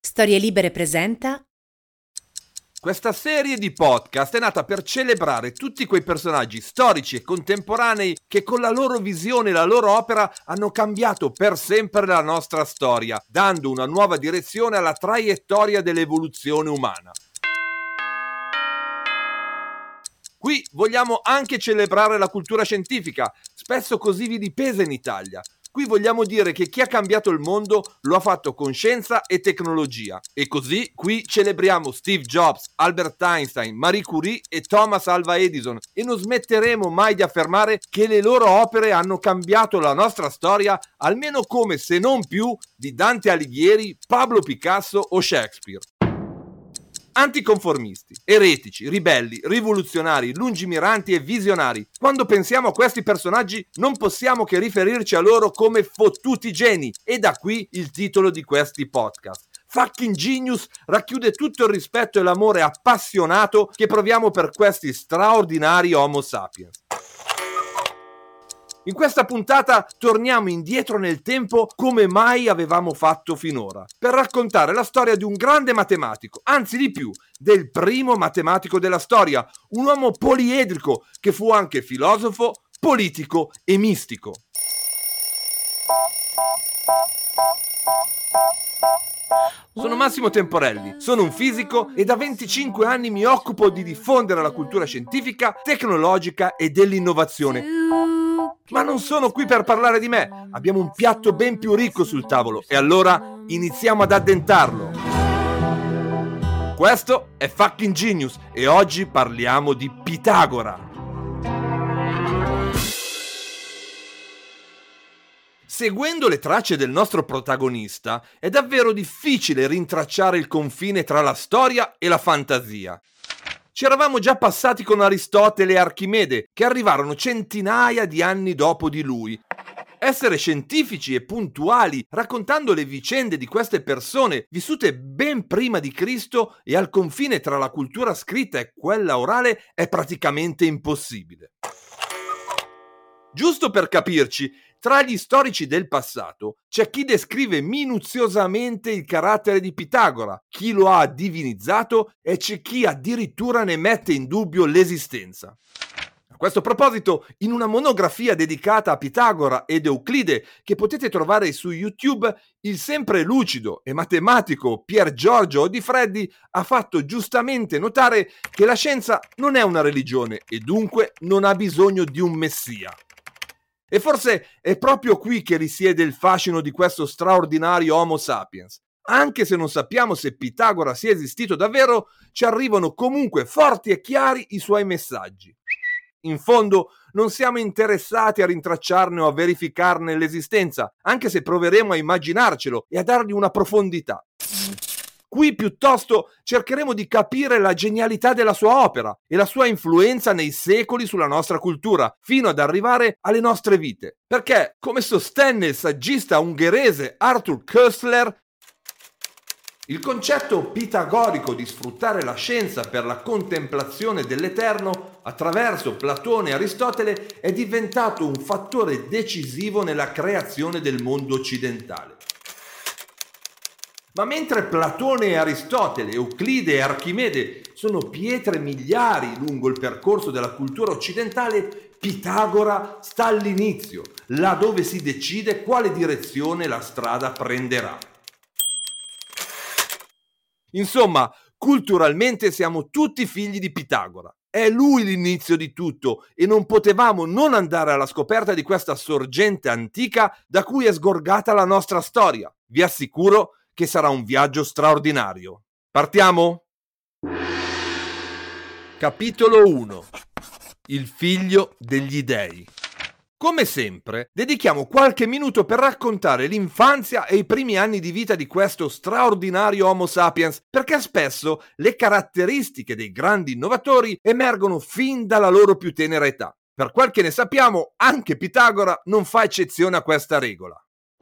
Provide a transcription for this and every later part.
Storie Libere presenta. Questa serie di podcast è nata per celebrare tutti quei personaggi storici e contemporanei che con la loro visione e la loro opera hanno cambiato per sempre la nostra storia, dando una nuova direzione alla traiettoria dell'evoluzione umana. Qui vogliamo anche celebrare la cultura scientifica, spesso così vilipesa in Italia. Qui vogliamo dire che chi ha cambiato il mondo lo ha fatto con scienza e tecnologia. E così qui celebriamo Steve Jobs, Albert Einstein, Marie Curie e Thomas Alva Edison e non smetteremo mai di affermare che le loro opere hanno cambiato la nostra storia almeno come, se non più, di Dante Alighieri, Pablo Picasso o Shakespeare. Anticonformisti, eretici, ribelli, rivoluzionari, lungimiranti e visionari. Quando pensiamo a questi personaggi non possiamo che riferirci a loro come fottuti geni, e da qui il titolo di questi podcast. Fucking Genius racchiude tutto il rispetto e l'amore appassionato che proviamo per questi straordinari Homo sapiens. In questa puntata torniamo indietro nel tempo come mai avevamo fatto finora, per raccontare la storia di un grande matematico, anzi di più, del primo matematico della storia, un uomo poliedrico che fu anche filosofo, politico e mistico. Sono Massimo Temporelli, sono un fisico e da 25 anni mi occupo di diffondere la cultura scientifica, tecnologica e dell'innovazione. Ma non sono qui per parlare di me, abbiamo un piatto ben più ricco sul tavolo e allora iniziamo ad addentarlo. Questo è Fucking Genius e oggi parliamo di Pitagora. Seguendo le tracce del nostro protagonista, è davvero difficile rintracciare il confine tra la storia e la fantasia. Ci eravamo già passati con Aristotele e Archimede, che arrivarono centinaia di anni dopo di lui. Essere scientifici e puntuali, raccontando le vicende di queste persone vissute ben prima di Cristo e al confine tra la cultura scritta e quella orale, è praticamente impossibile. Giusto per capirci, tra gli storici del passato c'è chi descrive minuziosamente il carattere di Pitagora, chi lo ha divinizzato e c'è chi addirittura ne mette in dubbio l'esistenza. A questo proposito, in una monografia dedicata a Pitagora ed Euclide che potete trovare su YouTube, il sempre lucido e matematico Pier Giorgio Di Freddi ha fatto giustamente notare che la scienza non è una religione e dunque non ha bisogno di un messia. E forse è proprio qui che risiede il fascino di questo straordinario Homo sapiens. Anche se non sappiamo se Pitagora sia esistito davvero, ci arrivano comunque forti e chiari i suoi messaggi. In fondo non siamo interessati a rintracciarne o a verificarne l'esistenza, anche se proveremo a immaginarcelo e a dargli una profondità. Qui piuttosto cercheremo di capire la genialità della sua opera e la sua influenza nei secoli sulla nostra cultura, fino ad arrivare alle nostre vite. Perché, come sostenne il saggista ungherese Arthur Koestler, il concetto pitagorico di sfruttare la scienza per la contemplazione dell'eterno attraverso Platone e Aristotele è diventato un fattore decisivo nella creazione del mondo occidentale. Ma mentre Platone e Aristotele, Euclide e Archimede sono pietre miliari lungo il percorso della cultura occidentale, Pitagora sta all'inizio, là dove si decide quale direzione la strada prenderà. Insomma, culturalmente siamo tutti figli di Pitagora. È lui l'inizio di tutto e non potevamo non andare alla scoperta di questa sorgente antica da cui è sgorgata la nostra storia. Vi assicuro che sarà un viaggio straordinario. Partiamo? Capitolo 1. Il figlio degli dei. Come sempre, dedichiamo qualche minuto per raccontare l'infanzia e i primi anni di vita di questo straordinario Homo sapiens, perché spesso le caratteristiche dei grandi innovatori emergono fin dalla loro più tenera età. Per quel che ne sappiamo, anche Pitagora non fa eccezione a questa regola.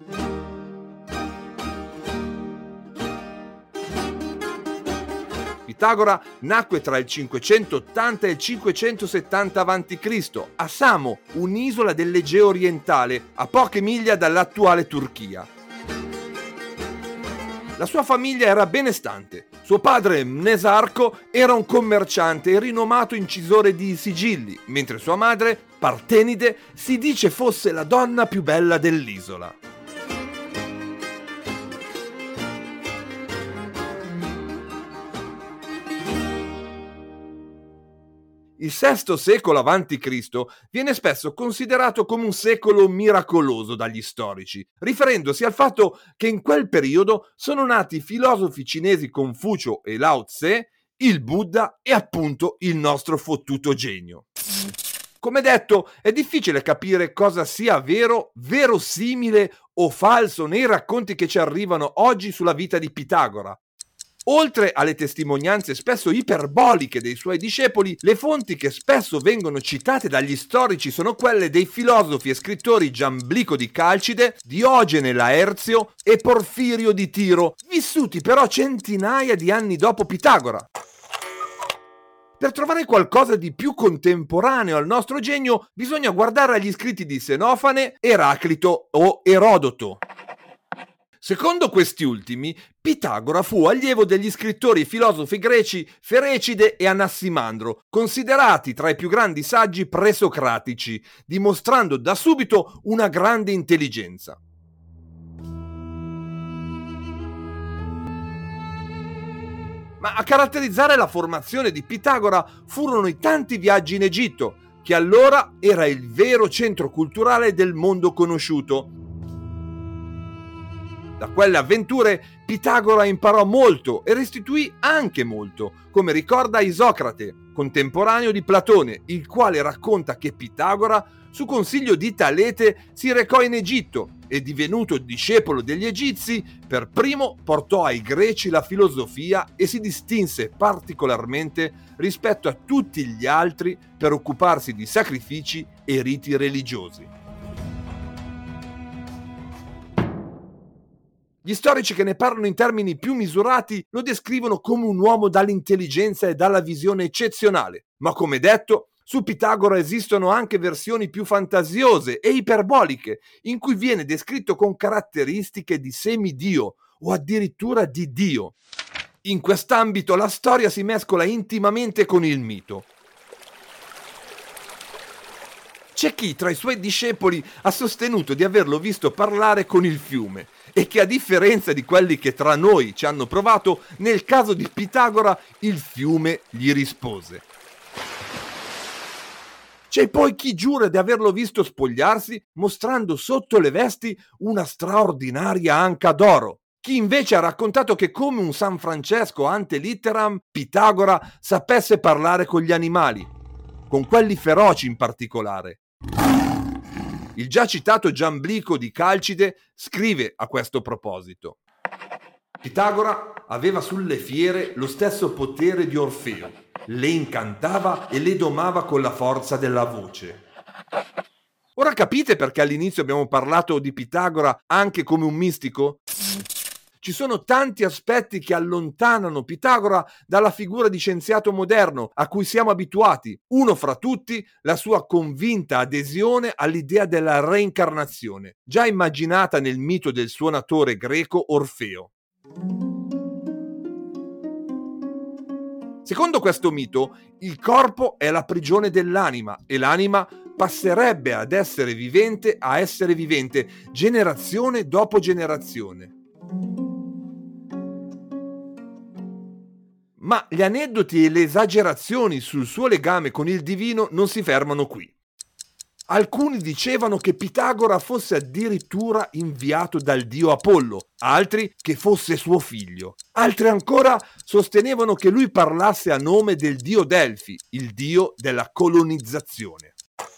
Pitagora nacque tra il 580 e il 570 a.C. a Samo, un'isola dell'Egeo orientale, a poche miglia dall'attuale Turchia. La sua famiglia era benestante. Suo padre, Mnesarco, era un commerciante e rinomato incisore di sigilli, mentre sua madre, Partenide, si dice fosse la donna più bella dell'isola. Il VI secolo a.C. viene spesso considerato come un secolo miracoloso dagli storici, riferendosi al fatto che in quel periodo sono nati i filosofi cinesi Confucio e Lao Tse, il Buddha e appunto il nostro fottuto genio. Come detto, è difficile capire cosa sia vero, verosimile o falso nei racconti che ci arrivano oggi sulla vita di Pitagora. Oltre alle testimonianze spesso iperboliche dei suoi discepoli, le fonti che spesso vengono citate dagli storici sono quelle dei filosofi e scrittori Giamblico di Calcide, Diogene Laerzio e Porfirio di Tiro, vissuti però centinaia di anni dopo Pitagora. Per trovare qualcosa di più contemporaneo al nostro genio, bisogna guardare agli scritti di Senofane, Eraclito o Erodoto. Secondo questi ultimi, Pitagora fu allievo degli scrittori e filosofi greci Ferecide e Anassimandro, considerati tra i più grandi saggi presocratici, dimostrando da subito una grande intelligenza. Ma a caratterizzare la formazione di Pitagora furono i tanti viaggi in Egitto, che allora era il vero centro culturale del mondo conosciuto. Da quelle avventure Pitagora imparò molto e restituì anche molto, come ricorda Isocrate, contemporaneo di Platone, il quale racconta che Pitagora, su consiglio di Talete, si recò in Egitto e, divenuto discepolo degli egizi, per primo portò ai greci la filosofia e si distinse particolarmente rispetto a tutti gli altri per occuparsi di sacrifici e riti religiosi. Gli storici che ne parlano in termini più misurati lo descrivono come un uomo dall'intelligenza e dalla visione eccezionale, ma come detto, su Pitagora esistono anche versioni più fantasiose e iperboliche, in cui viene descritto con caratteristiche di semidio o addirittura di Dio. In quest'ambito la storia si mescola intimamente con il mito. C'è chi tra i suoi discepoli ha sostenuto di averlo visto parlare con il fiume e che, a differenza di quelli che tra noi ci hanno provato, nel caso di Pitagora il fiume gli rispose. C'è poi chi giura di averlo visto spogliarsi mostrando sotto le vesti una straordinaria anca d'oro. Chi invece ha raccontato che, come un San Francesco ante litteram, Pitagora sapesse parlare con gli animali, con quelli feroci in particolare. Il già citato Giamblico di Calcide scrive a questo proposito: Pitagora aveva sulle fiere lo stesso potere di Orfeo, le incantava e le domava con la forza della voce. Ora capite perché all'inizio abbiamo parlato di Pitagora anche come un mistico? Ci sono tanti aspetti che allontanano Pitagora dalla figura di scienziato moderno a cui siamo abituati. Uno fra tutti, la sua convinta adesione all'idea della reincarnazione, già immaginata nel mito del suonatore greco Orfeo. Secondo questo mito, il corpo è la prigione dell'anima e l'anima passerebbe ad essere vivente a essere vivente, generazione dopo generazione. Ma gli aneddoti e le esagerazioni sul suo legame con il divino non si fermano qui. Alcuni dicevano che Pitagora fosse addirittura inviato dal dio Apollo, altri che fosse suo figlio. Altri ancora sostenevano che lui parlasse a nome del dio Delfi, il dio della colonizzazione.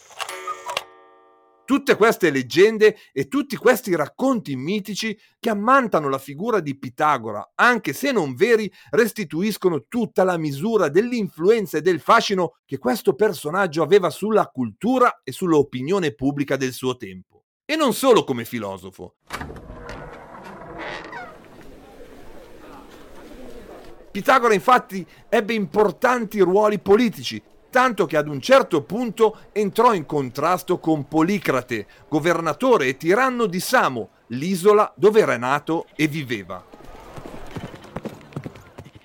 Tutte queste leggende e tutti questi racconti mitici che ammantano la figura di Pitagora, anche se non veri, restituiscono tutta la misura dell'influenza e del fascino che questo personaggio aveva sulla cultura e sull'opinione pubblica del suo tempo. E non solo come filosofo. Pitagora infatti ebbe importanti ruoli politici, tanto che ad un certo punto entrò in contrasto con Policrate, governatore e tiranno di Samo, l'isola dove era nato e viveva.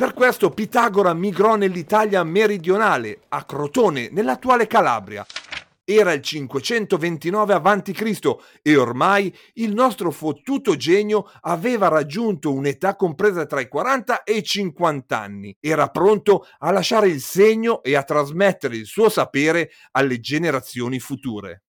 Per questo Pitagora migrò nell'Italia meridionale, a Crotone, nell'attuale Calabria. Era il 529 a.C. e ormai il nostro fottuto genio aveva raggiunto un'età compresa tra i 40 e i 50 anni. Era pronto a lasciare il segno e a trasmettere il suo sapere alle generazioni future.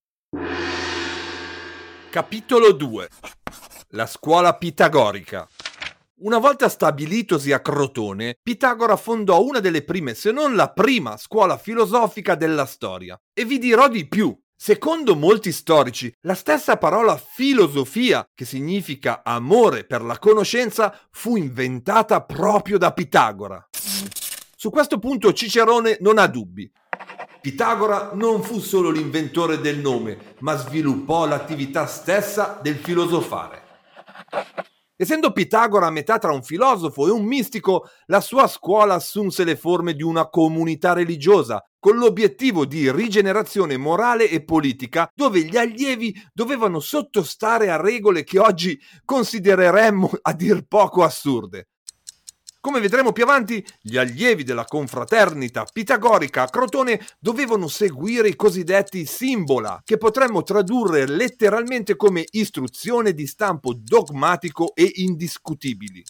Capitolo 2. La scuola pitagorica. Una volta stabilitosi a Crotone, Pitagora fondò una delle prime, se non la prima, scuola filosofica della storia. E vi dirò di più. Secondo molti storici, la stessa parola filosofia, che significa amore per la conoscenza, fu inventata proprio da Pitagora. Su questo punto Cicerone non ha dubbi. Pitagora non fu solo l'inventore del nome, ma sviluppò l'attività stessa del filosofare. Essendo Pitagora a metà tra un filosofo e un mistico, la sua scuola assunse le forme di una comunità religiosa, con l'obiettivo di rigenerazione morale e politica, dove gli allievi dovevano sottostare a regole che oggi considereremmo a dir poco assurde. Come vedremo più avanti, gli allievi della confraternita pitagorica a Crotone dovevano seguire i cosiddetti simbola, che potremmo tradurre letteralmente come istruzione di stampo dogmatico e indiscutibili.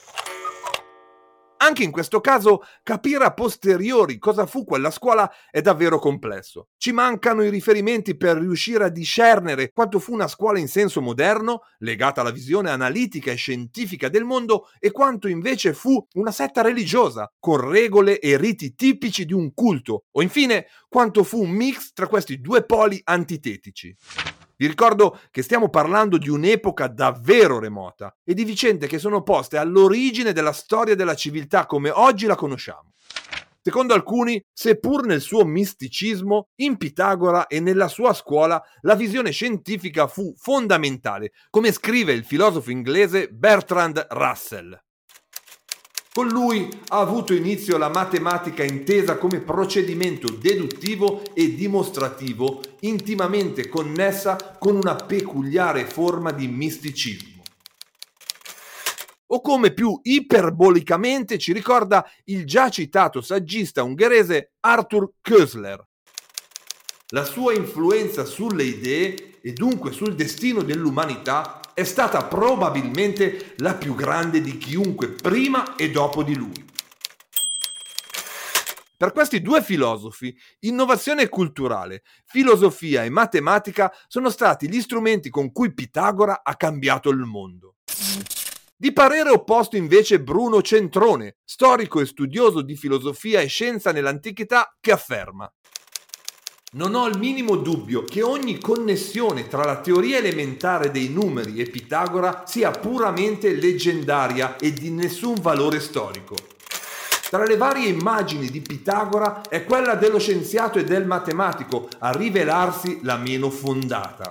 Anche in questo caso, capire a posteriori cosa fu quella scuola è davvero complesso. Ci mancano i riferimenti per riuscire a discernere quanto fu una scuola in senso moderno, legata alla visione analitica e scientifica del mondo, e quanto invece fu una setta religiosa, con regole e riti tipici di un culto, o infine quanto fu un mix tra questi due poli antitetici. Vi ricordo che stiamo parlando di un'epoca davvero remota e di vicende che sono poste all'origine della storia della civiltà come oggi la conosciamo. Secondo alcuni, seppur nel suo misticismo, in Pitagora e nella sua scuola la visione scientifica fu fondamentale, come scrive il filosofo inglese Bertrand Russell. Con lui ha avuto inizio la matematica intesa come procedimento deduttivo e dimostrativo intimamente connessa con una peculiare forma di misticismo. O come più iperbolicamente ci ricorda il già citato saggista ungherese Arthur Koestler. La sua influenza sulle idee e dunque sul destino dell'umanità è stata probabilmente la più grande di chiunque prima e dopo di lui. Per questi due filosofi, innovazione culturale, filosofia e matematica sono stati gli strumenti con cui Pitagora ha cambiato il mondo. Di parere opposto invece Bruno Centrone, storico e studioso di filosofia e scienza nell'antichità, che afferma: non ho il minimo dubbio che ogni connessione tra la teoria elementare dei numeri e Pitagora sia puramente leggendaria e di nessun valore storico. Tra le varie immagini di Pitagora è quella dello scienziato e del matematico a rivelarsi la meno fondata.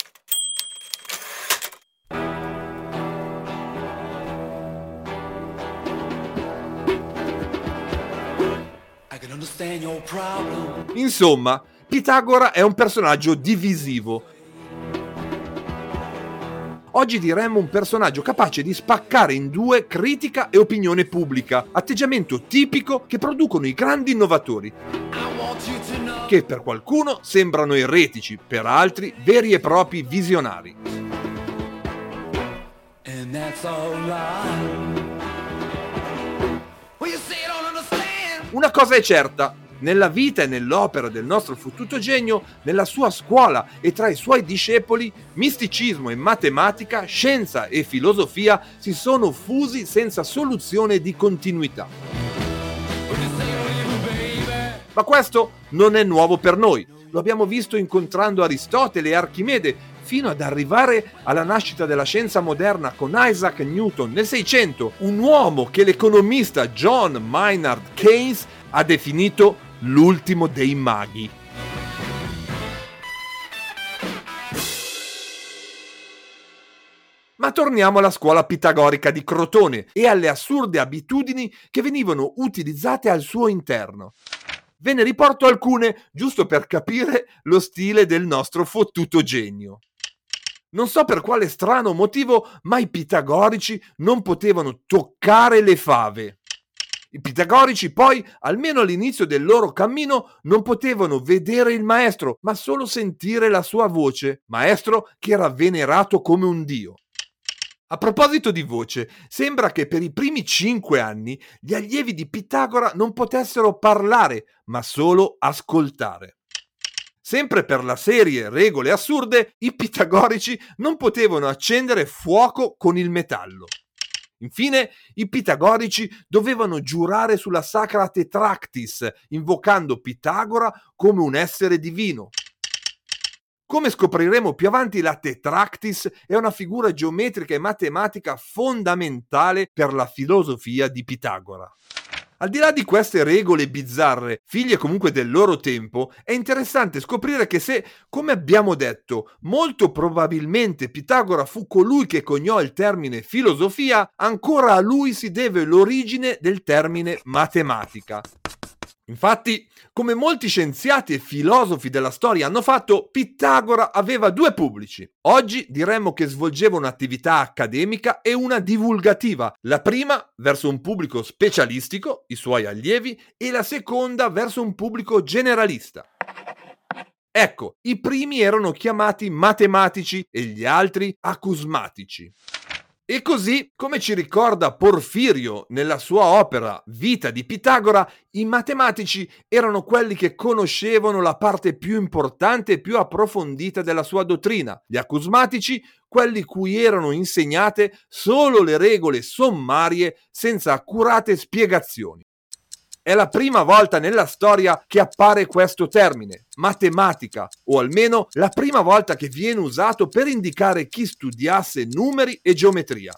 Insomma, Pitagora è un personaggio divisivo. Oggi diremmo un personaggio capace di spaccare in due critica e opinione pubblica, atteggiamento tipico che producono i grandi innovatori, che per qualcuno sembrano eretici, per altri veri e propri visionari. Una cosa è certa: nella vita e nell'opera del nostro fottuto genio, nella sua scuola e tra i suoi discepoli, misticismo e matematica, scienza e filosofia si sono fusi senza soluzione di continuità. Ma questo non è nuovo per noi. Lo abbiamo visto incontrando Aristotele e Archimede, fino ad arrivare alla nascita della scienza moderna con Isaac Newton nel 600, un uomo che l'economista John Maynard Keynes ha definito l'ultimo dei maghi. Ma torniamo alla scuola pitagorica di Crotone e alle assurde abitudini che venivano utilizzate al suo interno. Ve ne riporto alcune, giusto per capire lo stile del nostro fottuto genio. Non so per quale strano motivo, ma i pitagorici non potevano toccare le fave. I pitagorici poi, almeno all'inizio del loro cammino, non potevano vedere il maestro, ma solo sentire la sua voce, maestro che era venerato come un dio. A proposito di voce, sembra che per i primi 5 anni gli allievi di Pitagora non potessero parlare, ma solo ascoltare. Sempre per la serie Regole assurde, i pitagorici non potevano accendere fuoco con il metallo. Infine, i pitagorici dovevano giurare sulla sacra Tetractis, invocando Pitagora come un essere divino. Come scopriremo più avanti, la Tetractis è una figura geometrica e matematica fondamentale per la filosofia di Pitagora. Al di là di queste regole bizzarre, figlie comunque del loro tempo, è interessante scoprire che se, come abbiamo detto, molto probabilmente Pitagora fu colui che coniò il termine filosofia, ancora a lui si deve l'origine del termine matematica. Infatti, come molti scienziati e filosofi della storia hanno fatto, Pitagora aveva 2 pubblici. Oggi diremmo che svolgeva un'attività accademica e una divulgativa. La prima verso un pubblico specialistico, i suoi allievi, e la seconda verso un pubblico generalista. Ecco, i primi erano chiamati matematici e gli altri acusmatici. E così, come ci ricorda Porfirio nella sua opera Vita di Pitagora, i matematici erano quelli che conoscevano la parte più importante e più approfondita della sua dottrina, gli acusmatici quelli cui erano insegnate solo le regole sommarie senza accurate spiegazioni. È la prima volta nella storia che appare questo termine, matematica, o almeno la prima volta che viene usato per indicare chi studiasse numeri e geometria.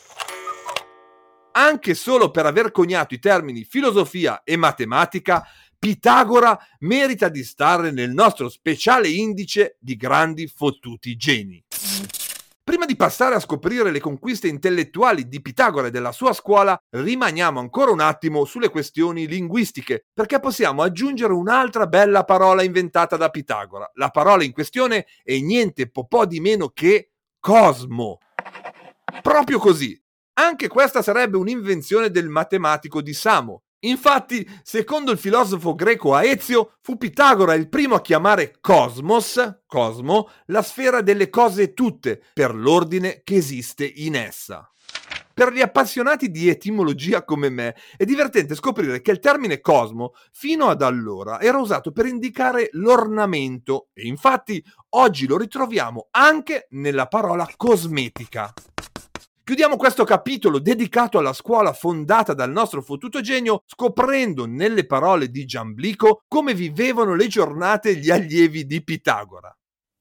Anche solo per aver coniato i termini filosofia e matematica, Pitagora merita di stare nel nostro speciale indice di grandi fottuti geni. Prima di passare a scoprire le conquiste intellettuali di Pitagora e della sua scuola, rimaniamo ancora un attimo sulle questioni linguistiche, perché possiamo aggiungere un'altra bella parola inventata da Pitagora. La parola in questione è niente po' di meno che cosmo. Proprio così. Anche questa sarebbe un'invenzione del matematico di Samo. Infatti, secondo il filosofo greco Aezio, fu Pitagora il primo a chiamare cosmos, cosmo, la sfera delle cose tutte, per l'ordine che esiste in essa. Per gli appassionati di etimologia come me, è divertente scoprire che il termine cosmo, fino ad allora, era usato per indicare l'ornamento, e infatti oggi lo ritroviamo anche nella parola cosmetica. Chiudiamo questo capitolo dedicato alla scuola fondata dal nostro fottuto genio scoprendo nelle parole di Giamblico come vivevano le giornate gli allievi di Pitagora.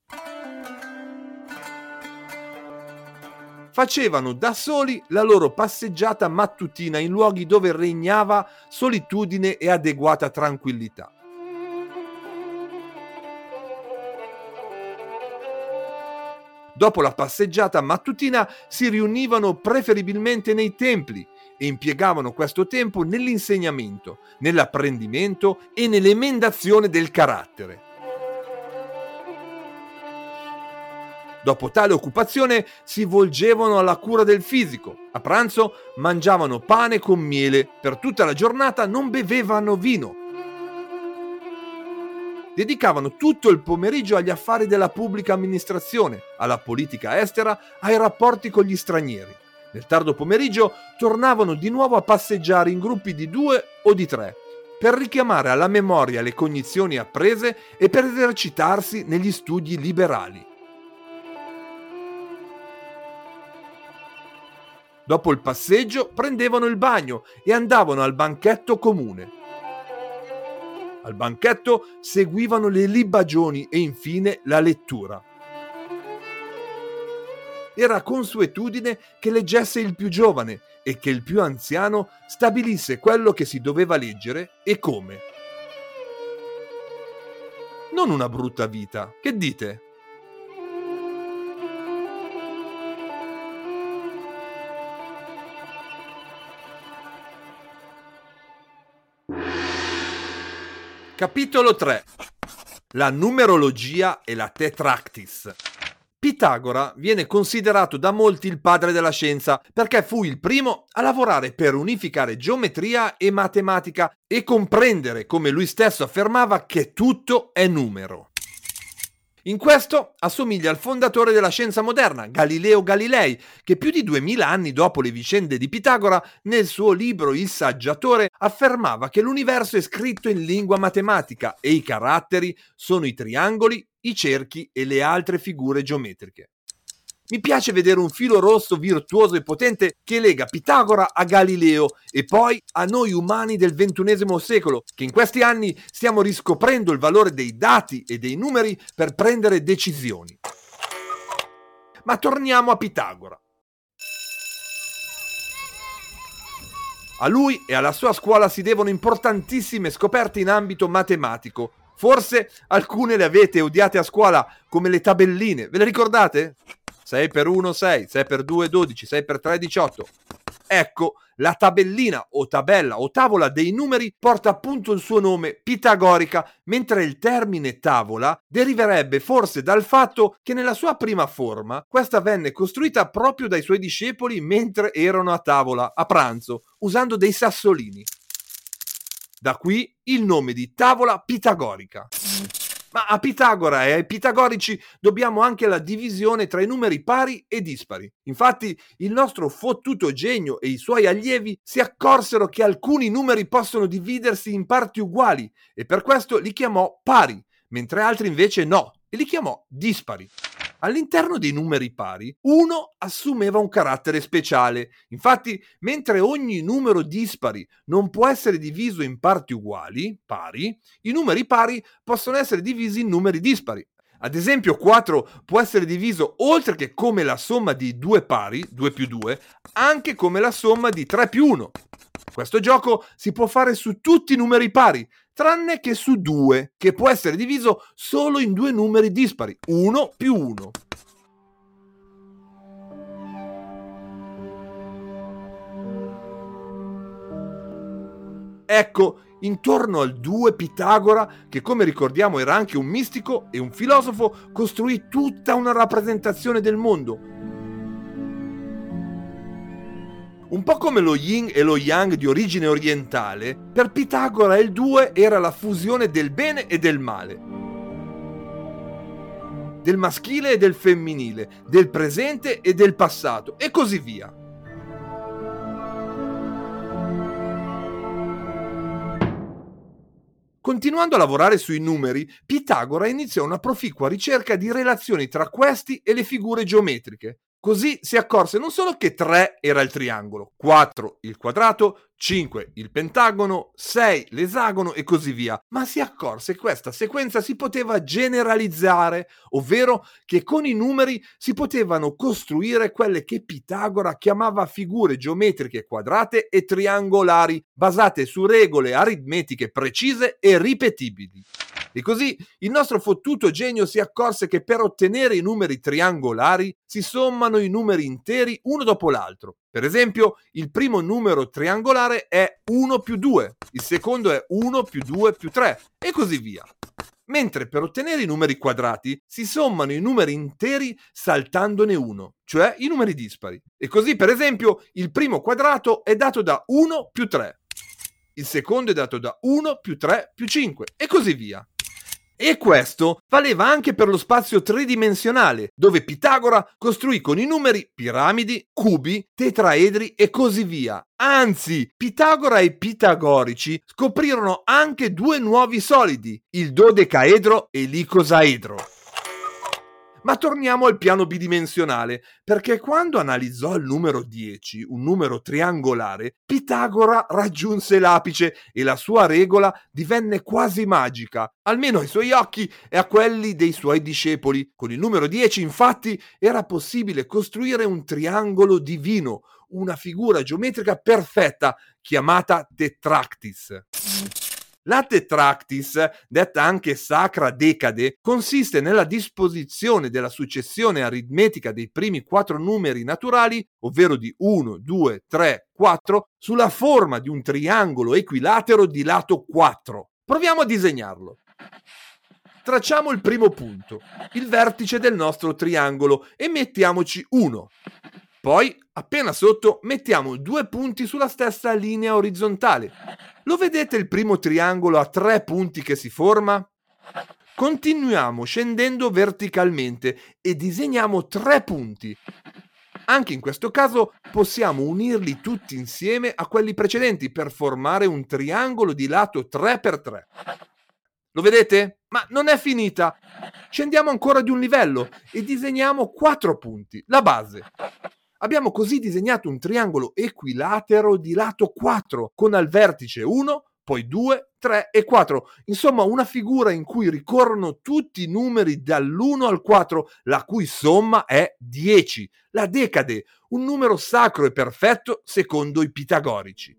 Facevano da soli la loro passeggiata mattutina in luoghi dove regnava solitudine e adeguata tranquillità. Dopo la passeggiata mattutina si riunivano preferibilmente nei templi e impiegavano questo tempo nell'insegnamento, nell'apprendimento e nell'emendazione del carattere. Dopo tale occupazione si volgevano alla cura del fisico. A pranzo mangiavano pane con miele, per tutta la giornata non bevevano vino. Dedicavano tutto il pomeriggio agli affari della pubblica amministrazione, alla politica estera, ai rapporti con gli stranieri. Nel tardo pomeriggio tornavano di nuovo a passeggiare in gruppi di 2 o di 3, per richiamare alla memoria le cognizioni apprese e per esercitarsi negli studi liberali. Dopo il passeggio prendevano il bagno e andavano al banchetto comune. Al banchetto seguivano le libagioni e infine la lettura. Era consuetudine che leggesse il più giovane e che il più anziano stabilisse quello che si doveva leggere e come. Non una brutta vita, che dite? Capitolo 3. La numerologia e la Tetractis. Pitagora viene considerato da molti il padre della scienza perché fu il primo a lavorare per unificare geometria e matematica e comprendere, come lui stesso affermava, che tutto è numero. In questo assomiglia al fondatore della scienza moderna, Galileo Galilei, che più di 2000 anni dopo le vicende di Pitagora, nel suo libro Il Saggiatore, affermava che l'universo è scritto in lingua matematica e i caratteri sono i triangoli, i cerchi e le altre figure geometriche. Mi piace vedere un filo rosso virtuoso e potente che lega Pitagora a Galileo e poi a noi umani del XXI secolo, che in questi anni stiamo riscoprendo il valore dei dati e dei numeri per prendere decisioni. Ma torniamo a Pitagora. A lui e alla sua scuola si devono importantissime scoperte in ambito matematico. Forse alcune le avete odiate a scuola, come le tabelline, ve le ricordate? 6 per 1 6, 6 per 2 12, 6 per 3 18. Ecco, la tabellina o tabella o tavola dei numeri porta appunto il suo nome, pitagorica, mentre il termine tavola deriverebbe forse dal fatto che nella sua prima forma questa venne costruita proprio dai suoi discepoli mentre erano a tavola, a pranzo, usando dei sassolini. Da qui il nome di tavola pitagorica. Ma a Pitagora e ai pitagorici dobbiamo anche la divisione tra i numeri pari e dispari. Infatti il nostro fottuto genio e i suoi allievi si accorsero che alcuni numeri possono dividersi in parti uguali e per questo li chiamò pari, mentre altri invece no, e li chiamò dispari. All'interno dei numeri pari, uno assumeva un carattere speciale. Infatti, mentre ogni numero dispari non può essere diviso in parti uguali, pari, i numeri pari possono essere divisi in numeri dispari. Ad esempio, 4 può essere diviso, oltre che come la somma di due pari, 2 più 2, anche come la somma di 3 più 1. Questo gioco si può fare su tutti i numeri pari, tranne che su 2, che può essere diviso solo in due numeri dispari, 1 più 1. Ecco, intorno al 2 Pitagora, che come ricordiamo era anche un mistico e un filosofo, costruì tutta una rappresentazione del mondo. Un po' come lo yin e lo yang di origine orientale, per Pitagora il 2 era la fusione del bene e del male, del maschile e del femminile, del presente e del passato, e così via. Continuando a lavorare sui numeri, Pitagora iniziò una proficua ricerca di relazioni tra questi e le figure geometriche. Così si accorse non solo che 3 era il triangolo, 4 il quadrato, 5 il pentagono, 6 l'esagono e così via, ma si accorse che questa sequenza si poteva generalizzare, ovvero che con i numeri si potevano costruire quelle che Pitagora chiamava figure geometriche quadrate e triangolari, basate su regole aritmetiche precise e ripetibili. E così il nostro fottuto genio si accorse che per ottenere i numeri triangolari si sommano i numeri interi uno dopo l'altro. Per esempio, il primo numero triangolare è 1 più 2, il secondo è 1 più 2 più 3 e così via. Mentre per ottenere i numeri quadrati si sommano i numeri interi saltandone uno, cioè i numeri dispari. E così, per esempio, il primo quadrato è dato da 1 più 3, il secondo è dato da 1 più 3 più 5 e così via. E questo valeva anche per lo spazio tridimensionale, dove Pitagora costruì con i numeri piramidi, cubi, tetraedri e così via. Anzi, Pitagora e i pitagorici scoprirono anche due nuovi solidi, il dodecaedro e l'icosaedro. Ma torniamo al piano bidimensionale, perché quando analizzò il numero 10, un numero triangolare, Pitagora raggiunse l'apice e la sua regola divenne quasi magica, almeno ai suoi occhi e a quelli dei suoi discepoli. Con il numero 10, infatti, era possibile costruire un triangolo divino, una figura geometrica perfetta, chiamata tetractis. La tetractis, detta anche sacra decade, consiste nella disposizione della successione aritmetica dei primi 4 numeri naturali, ovvero di 1, 2, 3, 4, sulla forma di un triangolo equilatero di lato 4. Proviamo a disegnarlo. Tracciamo il primo punto, il vertice del nostro triangolo, e mettiamoci 1. Poi, appena sotto, mettiamo 2 punti sulla stessa linea orizzontale. Lo vedete il primo triangolo a 3 punti che si forma? Continuiamo scendendo verticalmente e disegniamo 3 punti. Anche in questo caso possiamo unirli tutti insieme a quelli precedenti per formare un triangolo di lato 3x3. Lo vedete? Ma non è finita! Scendiamo ancora di un livello e disegniamo 4 punti, la base. Abbiamo così disegnato un triangolo equilatero di lato 4, con al vertice 1, poi 2, 3 e 4. Insomma, una figura in cui ricorrono tutti i numeri dall'1 al 4, la cui somma è 10, la decade, un numero sacro e perfetto secondo i pitagorici.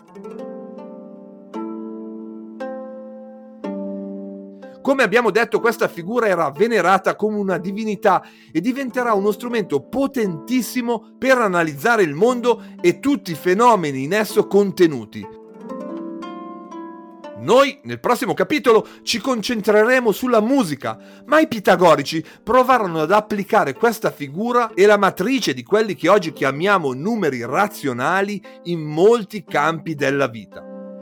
Come abbiamo detto, questa figura era venerata come una divinità e diventerà uno strumento potentissimo per analizzare il mondo e tutti i fenomeni in esso contenuti. Noi, nel prossimo capitolo, ci concentreremo sulla musica, ma i pitagorici provarono ad applicare questa figura e la matrice di quelli che oggi chiamiamo numeri razionali in molti campi della vita.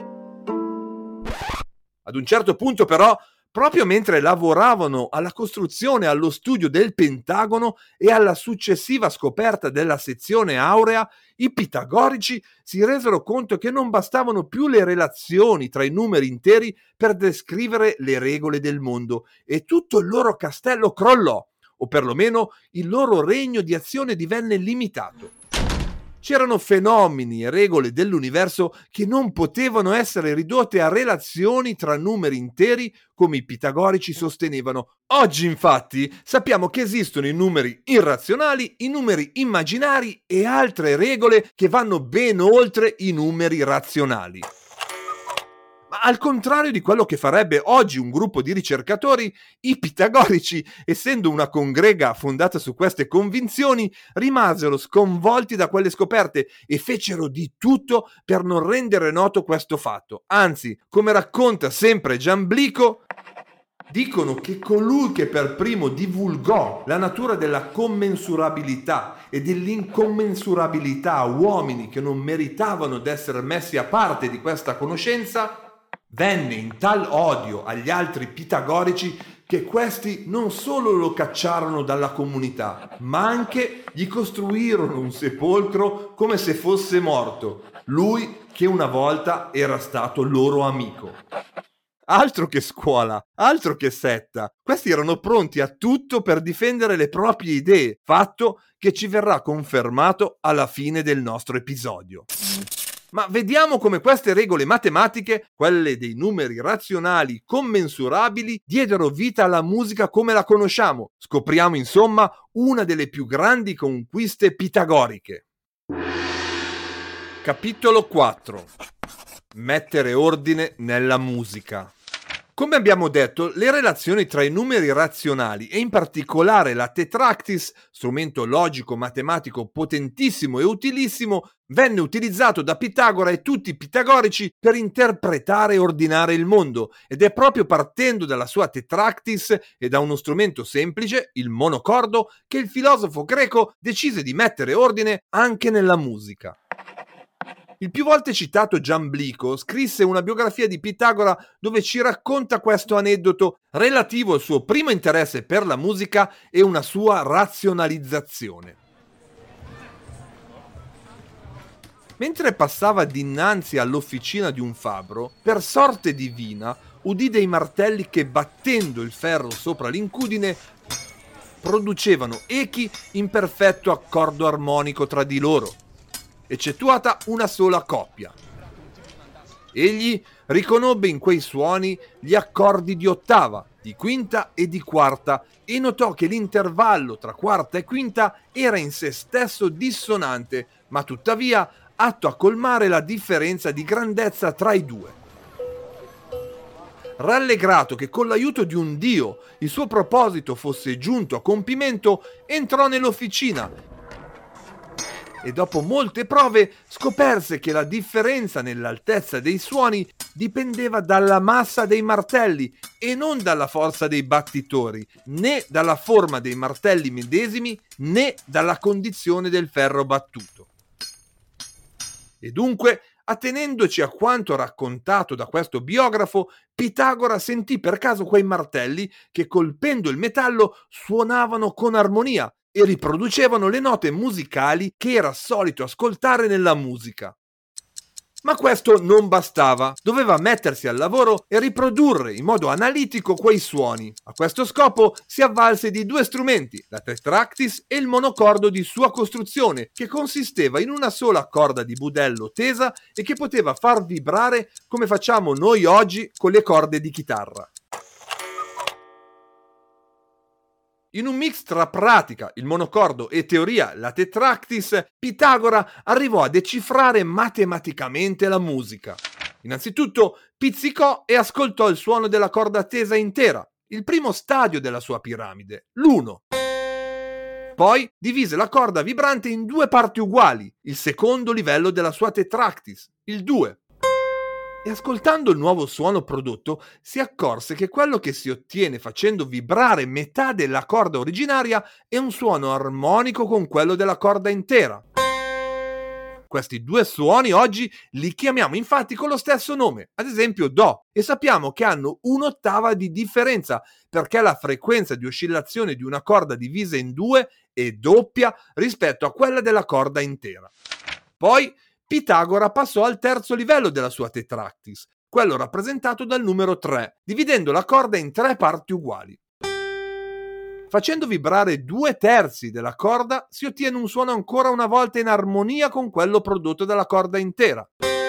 Ad un certo punto, però, proprio mentre lavoravano alla costruzione e allo studio del pentagono e alla successiva scoperta della sezione aurea, i pitagorici si resero conto che non bastavano più le relazioni tra i numeri interi per descrivere le regole del mondo e tutto il loro castello crollò, o perlomeno il loro regno di azione divenne limitato. C'erano fenomeni e regole dell'universo che non potevano essere ridotte a relazioni tra numeri interi come i pitagorici sostenevano. Oggi, infatti, sappiamo che esistono i numeri irrazionali, i numeri immaginari e altre regole che vanno ben oltre i numeri razionali. Ma al contrario di quello che farebbe oggi un gruppo di ricercatori, i pitagorici, essendo una congrega fondata su queste convinzioni, rimasero sconvolti da quelle scoperte e fecero di tutto per non rendere noto questo fatto. Anzi, come racconta sempre Giamblico, dicono che colui che per primo divulgò la natura della commensurabilità e dell'incommensurabilità a uomini che non meritavano d'essere messi a parte di questa conoscenza, venne in tal odio agli altri pitagorici che questi non solo lo cacciarono dalla comunità, ma anche gli costruirono un sepolcro come se fosse morto, lui che una volta era stato loro amico. Altro che scuola, altro che setta. Questi erano pronti a tutto per difendere le proprie idee, fatto che ci verrà confermato alla fine del nostro episodio. Ma vediamo come queste regole matematiche, quelle dei numeri razionali commensurabili, diedero vita alla musica come la conosciamo. Scopriamo insomma una delle più grandi conquiste pitagoriche. Capitolo 4. Mettere ordine nella musica. Come abbiamo detto, le relazioni tra i numeri razionali e in particolare la tetractis, strumento logico-matematico potentissimo e utilissimo, venne utilizzato da Pitagora e tutti i pitagorici per interpretare e ordinare il mondo, ed è proprio partendo dalla sua tetractis e da uno strumento semplice, il monocordo, che il filosofo greco decise di mettere ordine anche nella musica. Il più volte citato Giamblico scrisse una biografia di Pitagora dove ci racconta questo aneddoto relativo al suo primo interesse per la musica e una sua razionalizzazione. Mentre passava dinanzi all'officina di un fabbro, per sorte divina udì dei martelli che, battendo il ferro sopra l'incudine, producevano echi in perfetto accordo armonico tra di loro, eccettuata una sola coppia. Egli riconobbe in quei suoni gli accordi di ottava, di quinta e di quarta e notò che l'intervallo tra quarta e quinta era in se stesso dissonante, ma tuttavia atto a colmare la differenza di grandezza tra i due. Rallegrato che con l'aiuto di un dio il suo proposito fosse giunto a compimento, entrò nell'officina e dopo molte prove scoperse che la differenza nell'altezza dei suoni dipendeva dalla massa dei martelli e non dalla forza dei battitori, né dalla forma dei martelli medesimi, né dalla condizione del ferro battuto. E dunque, attenendoci a quanto raccontato da questo biografo, Pitagora sentì per caso quei martelli che colpendo il metallo suonavano con armonia e riproducevano le note musicali che era solito ascoltare nella musica. Ma questo non bastava, doveva mettersi al lavoro e riprodurre in modo analitico quei suoni. A questo scopo si avvalse di due strumenti, la tetractis e il monocordo di sua costruzione, che consisteva in una sola corda di budello tesa e che poteva far vibrare come facciamo noi oggi con le corde di chitarra. In un mix tra pratica, il monocordo, e teoria, la tetractis, Pitagora arrivò a decifrare matematicamente la musica. Innanzitutto pizzicò e ascoltò il suono della corda tesa intera, il primo stadio della sua piramide, l'1. Poi divise la corda vibrante in due parti uguali, il secondo livello della sua tetractis, il 2. E ascoltando il nuovo suono prodotto si accorse che quello che si ottiene facendo vibrare metà della corda originaria è un suono armonico con quello della corda intera. Questi due suoni oggi li chiamiamo infatti con lo stesso nome, ad esempio Do, e sappiamo che hanno un'ottava di differenza perché la frequenza di oscillazione di una corda divisa in due è doppia rispetto a quella della corda intera. Poi Pitagora passò al terzo livello della sua tetractis, quello rappresentato dal numero 3, dividendo la corda in tre parti uguali. Facendo vibrare 2/3 della corda si ottiene un suono ancora una volta in armonia con quello prodotto dalla corda intera.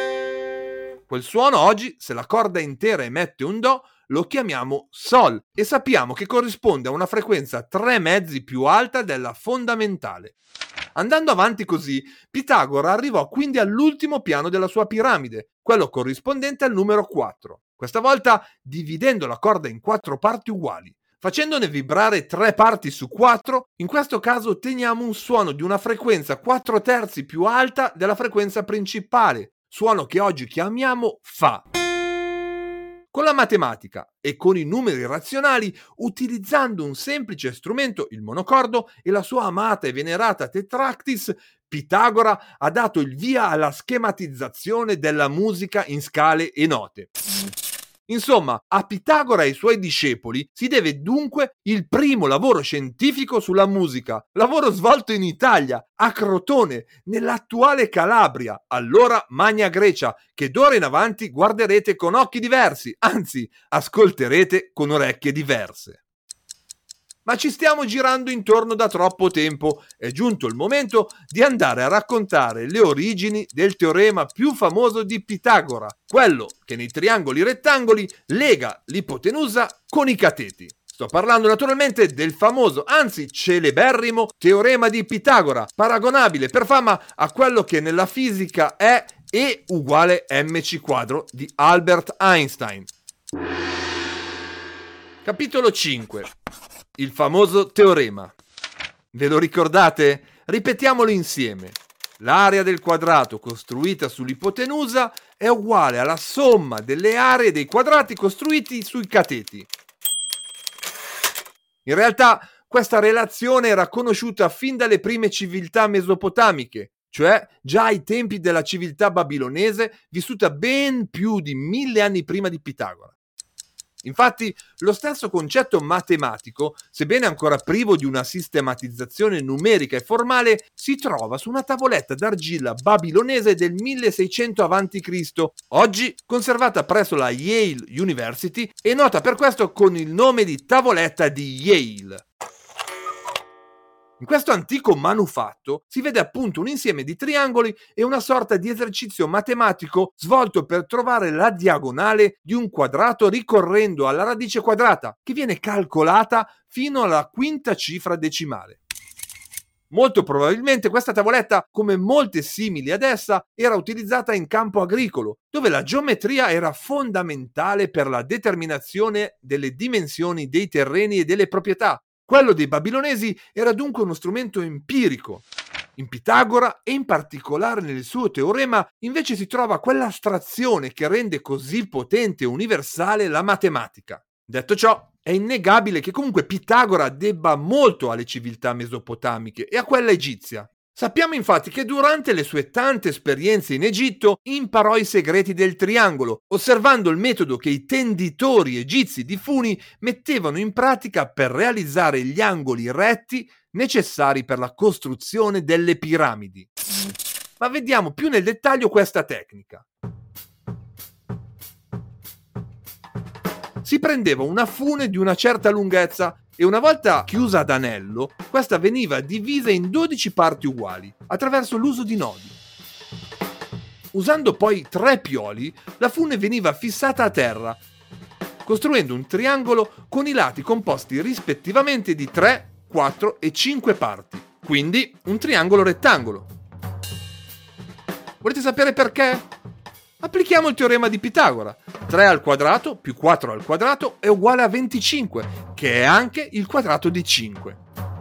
Quel suono oggi, se la corda intera emette un Do, lo chiamiamo Sol e sappiamo che corrisponde a una frequenza 3 mezzi più alta della fondamentale. Andando avanti così, Pitagora arrivò quindi all'ultimo piano della sua piramide, quello corrispondente al numero 4, questa volta dividendo la corda in 4 parti uguali. Facendone vibrare 3 parti su 4, in questo caso otteniamo un suono di una frequenza 4/3 più alta della frequenza principale, suono che oggi chiamiamo Fa. Con la matematica e con i numeri razionali, utilizzando un semplice strumento, il monocordo, e la sua amata e venerata tetractis, Pitagora ha dato il via alla schematizzazione della musica in scale e note. Insomma, a Pitagora e ai suoi discepoli si deve dunque il primo lavoro scientifico sulla musica, lavoro svolto in Italia, a Crotone, nell'attuale Calabria, allora Magna Grecia, che d'ora in avanti guarderete con occhi diversi, anzi, ascolterete con orecchie diverse. Ma ci stiamo girando intorno da troppo tempo, è giunto il momento di andare a raccontare le origini del teorema più famoso di Pitagora, quello che nei triangoli rettangoli lega l'ipotenusa con i cateti. Sto parlando naturalmente del famoso, anzi celeberrimo teorema di Pitagora, paragonabile per fama a quello che nella fisica è E uguale mc quadro di Albert Einstein. Capitolo 5. Il famoso teorema. Ve lo ricordate? Ripetiamolo insieme. L'area del quadrato costruita sull'ipotenusa è uguale alla somma delle aree dei quadrati costruiti sui cateti. In realtà questa relazione era conosciuta fin dalle prime civiltà mesopotamiche, cioè già ai tempi della civiltà babilonese vissuta ben più di 1000 anni prima di Pitagora. Infatti, lo stesso concetto matematico, sebbene ancora privo di una sistematizzazione numerica e formale, si trova su una tavoletta d'argilla babilonese del 1600 a.C., oggi conservata presso la Yale University e nota per questo con il nome di tavoletta di Yale. In questo antico manufatto si vede appunto un insieme di triangoli e una sorta di esercizio matematico svolto per trovare la diagonale di un quadrato ricorrendo alla radice quadrata, che viene calcolata fino alla quinta cifra decimale. Molto probabilmente questa tavoletta, come molte simili ad essa, era utilizzata in campo agricolo, dove la geometria era fondamentale per la determinazione delle dimensioni dei terreni e delle proprietà. Quello dei babilonesi era dunque uno strumento empirico. In Pitagora, e in particolare nel suo teorema, invece si trova quell'astrazione che rende così potente e universale la matematica. Detto ciò, è innegabile che comunque Pitagora debba molto alle civiltà mesopotamiche e a quella egizia. Sappiamo infatti che durante le sue tante esperienze in Egitto imparò i segreti del triangolo, osservando il metodo che i tenditori egizi di funi mettevano in pratica per realizzare gli angoli retti necessari per la costruzione delle piramidi. Ma vediamo più nel dettaglio questa tecnica. Si prendeva una fune di una certa lunghezza e una volta chiusa ad anello, questa veniva divisa in 12 parti uguali, attraverso l'uso di nodi. Usando poi 3 pioli, la fune veniva fissata a terra, costruendo un triangolo con i lati composti rispettivamente di 3, 4 e 5 parti, quindi un triangolo rettangolo. Volete sapere perché? Applichiamo il teorema di Pitagora. 3 al quadrato più 4 al quadrato è uguale a 25, che è anche il quadrato di 5.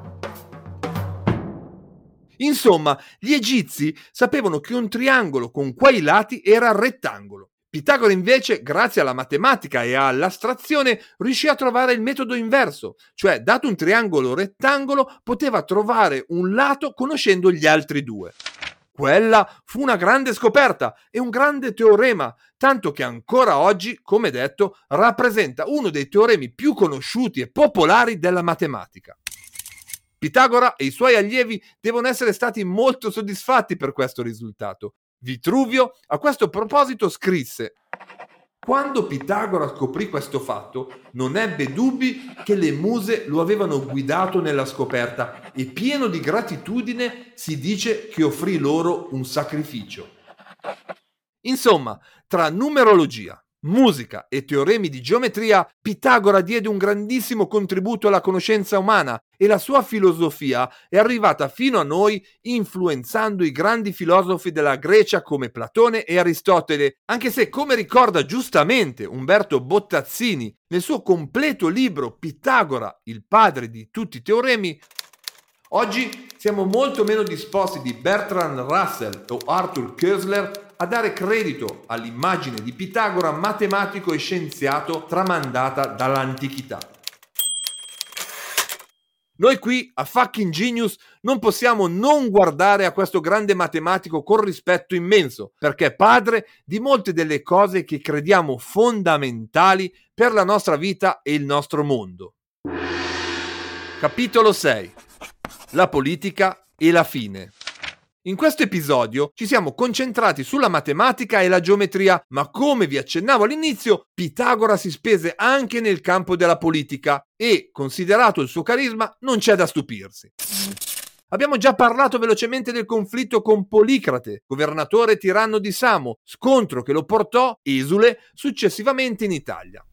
Insomma, gli egizi sapevano che un triangolo con quei lati era rettangolo. Pitagora invece, grazie alla matematica e all'astrazione, riuscì a trovare il metodo inverso, cioè dato un triangolo rettangolo poteva trovare un lato conoscendo gli altri due. Quella fu una grande scoperta e un grande teorema, tanto che ancora oggi, come detto, rappresenta uno dei teoremi più conosciuti e popolari della matematica. Pitagora e i suoi allievi devono essere stati molto soddisfatti per questo risultato. Vitruvio a questo proposito scrisse: quando Pitagora scoprì questo fatto, non ebbe dubbi che le muse lo avevano guidato nella scoperta e pieno di gratitudine si dice che offrì loro un sacrificio. Insomma, tra numerologia, musica e teoremi di geometria, Pitagora diede un grandissimo contributo alla conoscenza umana e la sua filosofia è arrivata fino a noi influenzando i grandi filosofi della Grecia come Platone e Aristotele, anche se, come ricorda giustamente Umberto Bottazzini nel suo completo libro Pitagora, il padre di tutti i teoremi, oggi siamo molto meno disposti di Bertrand Russell o Arthur Koestler a dare credito all'immagine di Pitagora matematico e scienziato tramandata dall'antichità. Noi qui a Fucking Genius non possiamo non guardare a questo grande matematico con rispetto immenso, perché è padre di molte delle cose che crediamo fondamentali per la nostra vita e il nostro mondo. Capitolo 6. La politica e la fine. In questo episodio ci siamo concentrati sulla matematica e la geometria, ma come vi accennavo all'inizio, Pitagora si spese anche nel campo della politica e, considerato il suo carisma, non c'è da stupirsi. Abbiamo già parlato velocemente del conflitto con Policrate, governatore tiranno di Samo, scontro che lo portò, esule, successivamente in Italia.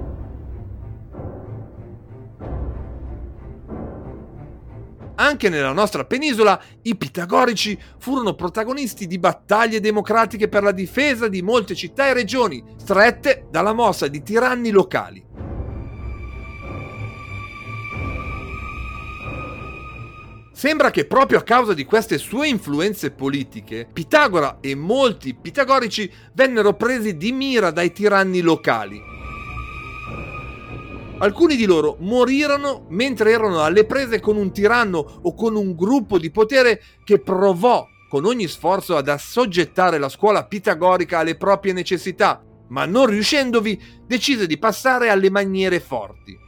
Anche nella nostra penisola i pitagorici furono protagonisti di battaglie democratiche per la difesa di molte città e regioni, strette dalla mossa di tiranni locali. Sembra che proprio a causa di queste sue influenze politiche, Pitagora e molti pitagorici vennero presi di mira dai tiranni locali. Alcuni di loro morirono mentre erano alle prese con un tiranno o con un gruppo di potere che provò con ogni sforzo ad assoggettare la scuola pitagorica alle proprie necessità, ma non riuscendovi decise di passare alle maniere forti.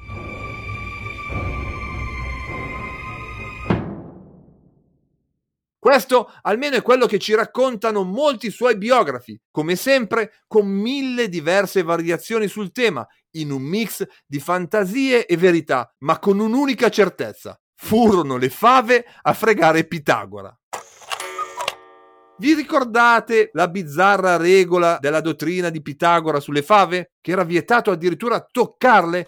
Questo almeno è quello che ci raccontano molti suoi biografi, come sempre con 1000 diverse variazioni sul tema, in un mix di fantasie e verità, ma con un'unica certezza: furono le fave a fregare Pitagora. Vi ricordate la bizzarra regola della dottrina di Pitagora sulle fave? Che era vietato addirittura toccarle?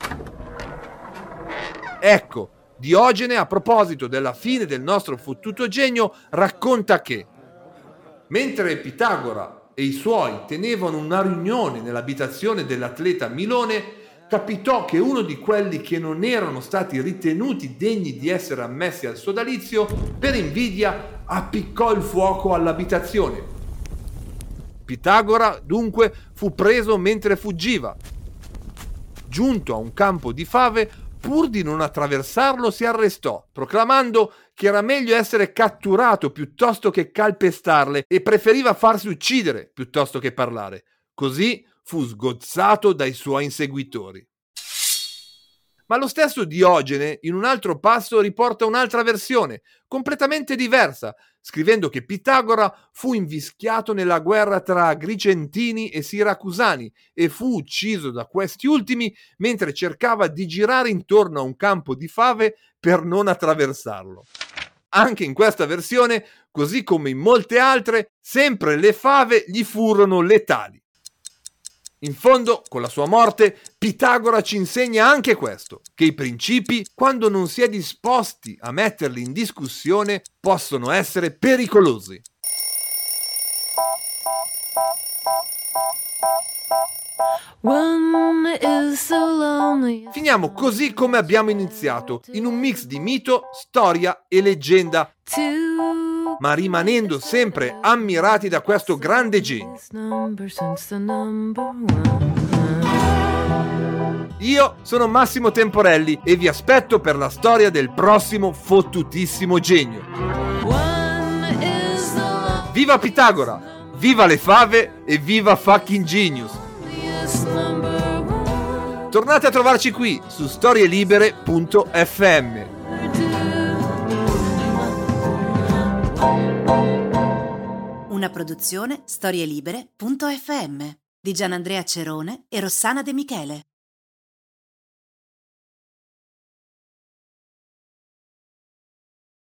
Ecco, Diogene, a proposito della fine del nostro fottuto genio, racconta che mentre Pitagora e i suoi tenevano una riunione nell'abitazione dell'atleta Milone, capitò che uno di quelli che non erano stati ritenuti degni di essere ammessi al sodalizio, per invidia appiccò il fuoco all'abitazione. Pitagora dunque fu preso mentre fuggiva. Giunto a un campo di fave, pur di non attraversarlo, si arrestò, proclamando che era meglio essere catturato piuttosto che calpestarle e preferiva farsi uccidere piuttosto che parlare. Così fu sgozzato dai suoi inseguitori. Ma lo stesso Diogene, in un altro passo, riporta un'altra versione, completamente diversa, scrivendo che Pitagora fu invischiato nella guerra tra Agrigentini e Siracusani e fu ucciso da questi ultimi mentre cercava di girare intorno a un campo di fave per non attraversarlo. Anche in questa versione, così come in molte altre, sempre le fave gli furono letali. In fondo, con la sua morte, Pitagora ci insegna anche questo, che i principi, quando non si è disposti a metterli in discussione, possono essere pericolosi. Finiamo così come abbiamo iniziato, in un mix di mito, storia e leggenda, ma rimanendo sempre ammirati da questo grande genio. Io sono Massimo Temporelli e vi aspetto per la storia del prossimo fottutissimo genio. Viva Pitagora, viva le fave e viva fucking genius! Tornate a trovarci qui su storielibere.fm. Una produzione storielibere.fm di Gianandrea Cerone e Rossana De Michele.